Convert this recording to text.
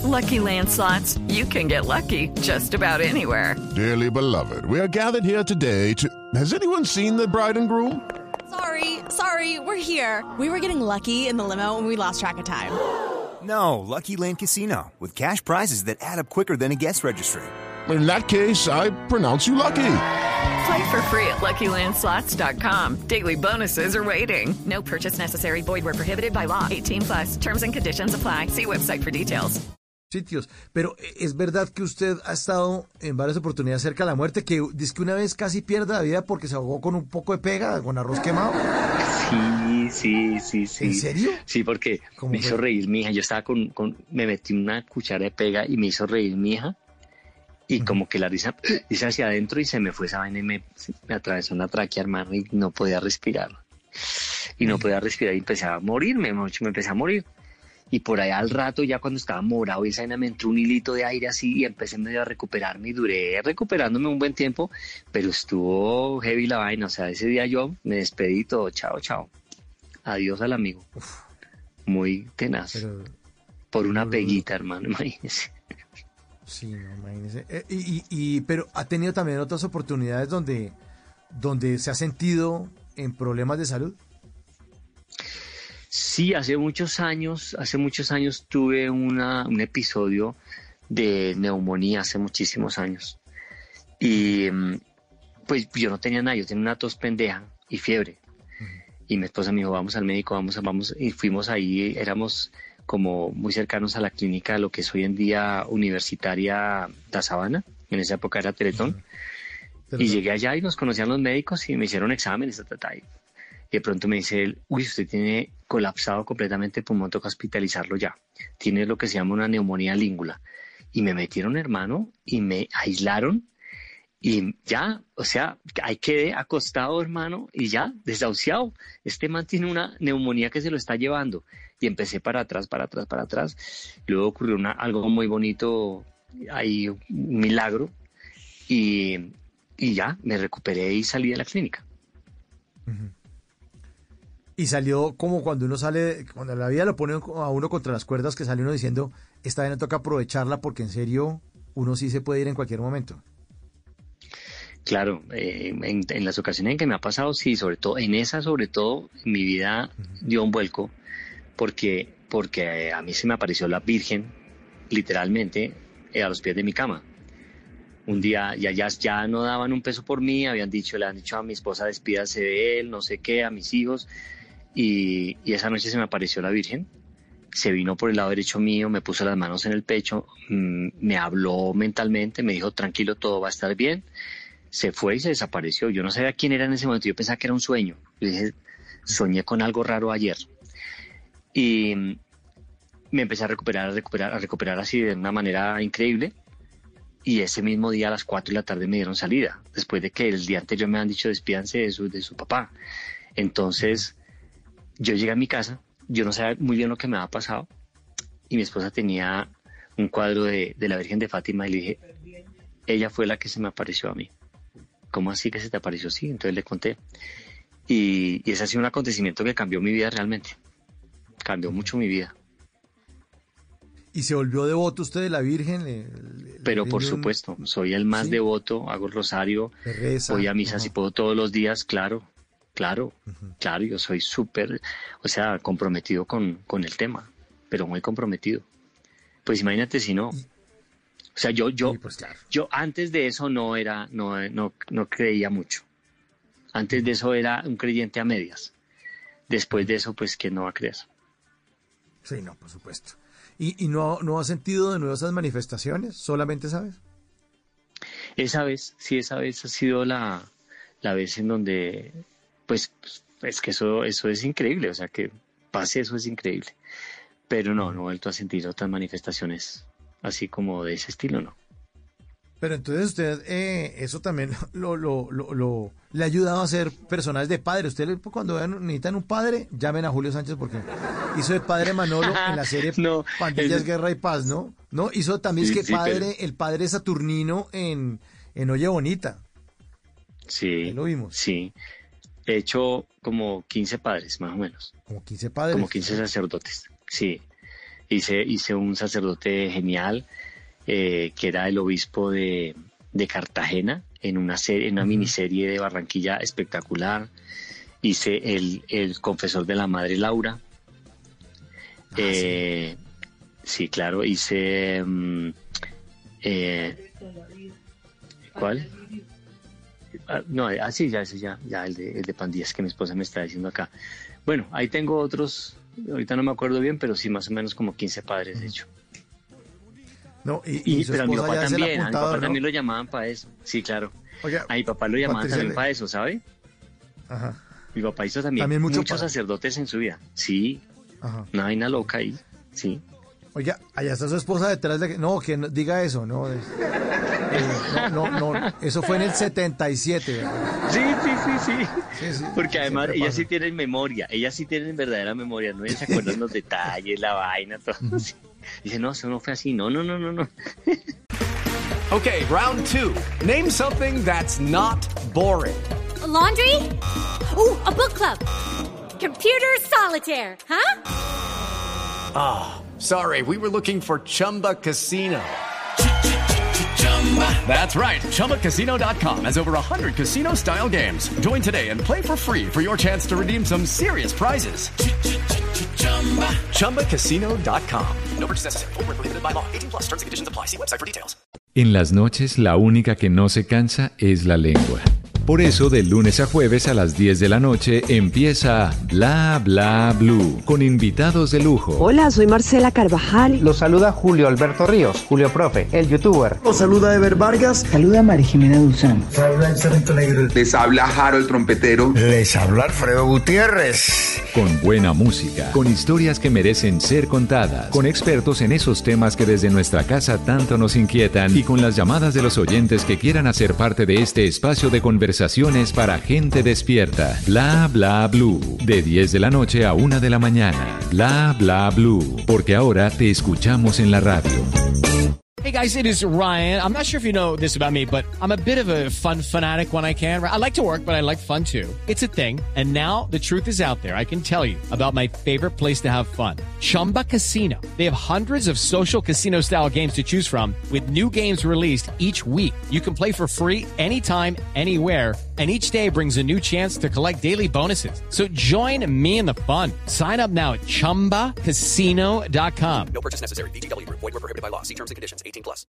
Lucky Land Slots, you can get lucky just about anywhere. Dearly beloved, we are gathered here today to... Has anyone seen the bride and groom? Sorry, we're here. We were getting lucky in the limo and we lost track of time. No, Lucky Land Casino, with cash prizes that add up quicker than a guest registry. In that case, I pronounce you lucky. Play for free at LuckyLandSlots.com. Daily bonuses are waiting. No purchase necessary. Void where prohibited by law. 18+. Terms and conditions apply. See website for details. Sitios. Pero es verdad que usted ha estado en varias oportunidades cerca de la muerte, que dice que una vez casi pierde la vida porque se ahogó con un poco de pega, con arroz quemado. Sí. ¿En serio? Sí, porque me hizo reír mi hija. Yo estaba me metí una cuchara de pega y me hizo reír mi hija. Y como que la risa hice hacia adentro y se me fue esa vaina y me atravesó la tráquea, hermano, y no podía respirar. Y empecé a morirme, me empecé a morir. Y por allá al rato, ya cuando estaba morado, esa vaina me entró un hilito de aire así y empecé medio a recuperarme y duré recuperándome un buen tiempo, pero estuvo heavy la vaina. O sea, ese día yo me despedí todo, chao. Adiós al amigo. Muy tenaz. Por una peguita, hermano, imagínese. Sí, no, imagínese. Pero ha tenido también otras oportunidades donde se ha sentido en problemas de salud. Sí, hace muchos años tuve un episodio de neumonía, hace muchísimos años. Y pues yo no tenía nada, yo tenía una tos pendeja y fiebre. Y mi esposa me dijo, vamos al médico, vamos. Y fuimos ahí, éramos como muy cercanos a la clínica, lo que es hoy en día Universitaria La Sabana. En esa época era Teletón. Y llegué allá y nos conocían los médicos y me hicieron exámenes, y de pronto me dice él, usted tiene colapsado completamente el pulmón, toca hospitalizarlo ya. Tiene lo que se llama una neumonía língula. Y me metieron, hermano, y me aislaron. Y ya, o sea, ahí quedé acostado, hermano, y ya, desahuciado. Este man tiene una neumonía que se lo está llevando. Y empecé para atrás. Luego ocurrió algo muy bonito, ahí un milagro. Y ya, me recuperé y salí de la clínica. Uh-huh. Y salió como cuando uno sale, cuando la vida lo pone a uno contra las cuerdas, que sale uno diciendo, esta vez no toca aprovecharla porque en serio uno sí se puede ir en cualquier momento. Claro, en las ocasiones en que me ha pasado, sí, sobre todo mi vida dio un vuelco porque a mí se me apareció la Virgen, literalmente, a los pies de mi cama. Un día ya no daban un peso por mí, le habían dicho a mi esposa, despídase de él, no sé qué, a mis hijos, y esa noche se me apareció la Virgen, se vino por el lado derecho mío, me puso las manos en el pecho, me habló mentalmente, me dijo, tranquilo, todo va a estar bien, se fue y se desapareció. Yo no sabía quién era en ese momento, yo pensaba que era un sueño, yo dije, soñé con algo raro ayer, y me empecé a recuperar así de una manera increíble. Y ese mismo día a las 4 de la tarde me dieron salida, después de que el día anterior me han dicho despídanse de su papá. Entonces, yo llegué a mi casa, yo no sabía muy bien lo que me había pasado, y mi esposa tenía un cuadro de la Virgen de Fátima, y le dije, ella fue la que se me apareció a mí. ¿Cómo así que se te apareció? Sí, entonces le conté. Y ese ha sido un acontecimiento que cambió mi vida realmente, cambió mucho mi vida. ¿Y se volvió devoto usted de la Virgen? Pero por supuesto, soy el más devoto, hago el rosario, voy a misa si puedo todos los días, claro, yo soy súper, o sea, comprometido con el tema, pero muy comprometido. Pues imagínate si no. O sea, yo antes de eso no creía mucho. Antes de eso era un creyente a medias. Después de eso, pues, ¿quién no va a creer? Sí, no, por supuesto. ¿Y no has sentido de nuevo esas manifestaciones? ¿Solamente esa vez? Esa vez ha sido la vez en donde, pues es que eso es increíble, o sea, que pase eso es increíble. Pero no he vuelto a sentir otras manifestaciones así como de ese estilo, no. Pero entonces usted, eso también le ha ayudado a ser personajes de padre. Usted cuando necesitan un padre, llamen a Julio Sánchez porque hizo de padre Manolo en la serie Pandillas, Guerra y Paz, ¿no? No, hizo también el padre Saturnino en Oye Bonita. Sí, ahí lo vimos. Sí, he hecho como 15 padres, más o menos. ¿Como 15 padres? Como 15 sacerdotes, sí. Hice un sacerdote genial, que era el obispo de Cartagena, en una miniserie de Barranquilla espectacular. Hice el confesor de la Madre Laura. Sí, claro, hice... ¿cuál? Sí, ya el de Pandillas que mi esposa me está diciendo acá. Bueno, ahí tengo otros, ahorita no me acuerdo bien, pero sí más o menos como 15 padres, de hecho. No, y pero a mi papá también, ¿no? También lo llamaban para eso. Sí, claro. Oiga, a mi papá lo llamaban también para eso, ¿sabe? Ajá. Mi papá hizo también muchos sacerdotes en su vida. Sí, ajá. Una vaina loca ahí, sí. Oiga, allá está su esposa detrás de... No, que no, diga eso, no. No, eso fue en el 77. Sí. Porque además ella sí tiene memoria, ella sí tiene verdadera memoria, no se acuerdan los detalles, la vaina, todo. Dice, no, eso no fue así, no. Okay, round 2. Name something that's not boring. A laundry? Ooh, a book club. Computer solitaire, huh? Sorry, we were looking for Chumba Casino. That's right. ChumbaCasino.com has over 100 casino-style games. Join today and play for free for your chance to redeem some serious prizes. ChumbaCasino.com. No purchase necessary. Void where prohibited by law. 18+ terms and conditions apply. See website for details. En las noches, la única que no se cansa es la lengua. Por eso, de lunes a jueves a las 10 de la noche empieza Bla Bla Blue, con invitados de lujo. Hola, soy Marcela Carvajal. Los saluda Julio Alberto Ríos, Julio Profe, el youtuber. Los saluda Ever Vargas. Saluda María Jimena Duzán. Saluda el Cerrito Negro. Les habla Jaro el trompetero. Les habla Alfredo Gutiérrez. Con buena música, con historias que merecen ser contadas, con expertos en esos temas que desde nuestra casa tanto nos inquietan y con las llamadas de los oyentes que quieran hacer parte de este espacio de conversaciones para gente despierta. Bla Bla Blue, de 10 de la noche a 1 de la mañana. Bla Bla Blue, porque ahora te escuchamos en la radio. Hey guys, it is Ryan. I'm not sure if you know this about me, but I'm a bit of a fun fanatic when I can. I like to work, but I like fun too. It's a thing. And now the truth is out there. I can tell you about my favorite place to have fun. Chumba Casino. They have hundreds of social casino style games to choose from with new games released each week. You can play for free anytime, anywhere. And each day brings a new chance to collect daily bonuses. So join me in the fun. Sign up now at ChumbaCasino.com. No purchase necessary. VGW Group. Void where prohibited by law. See terms and conditions. 18+.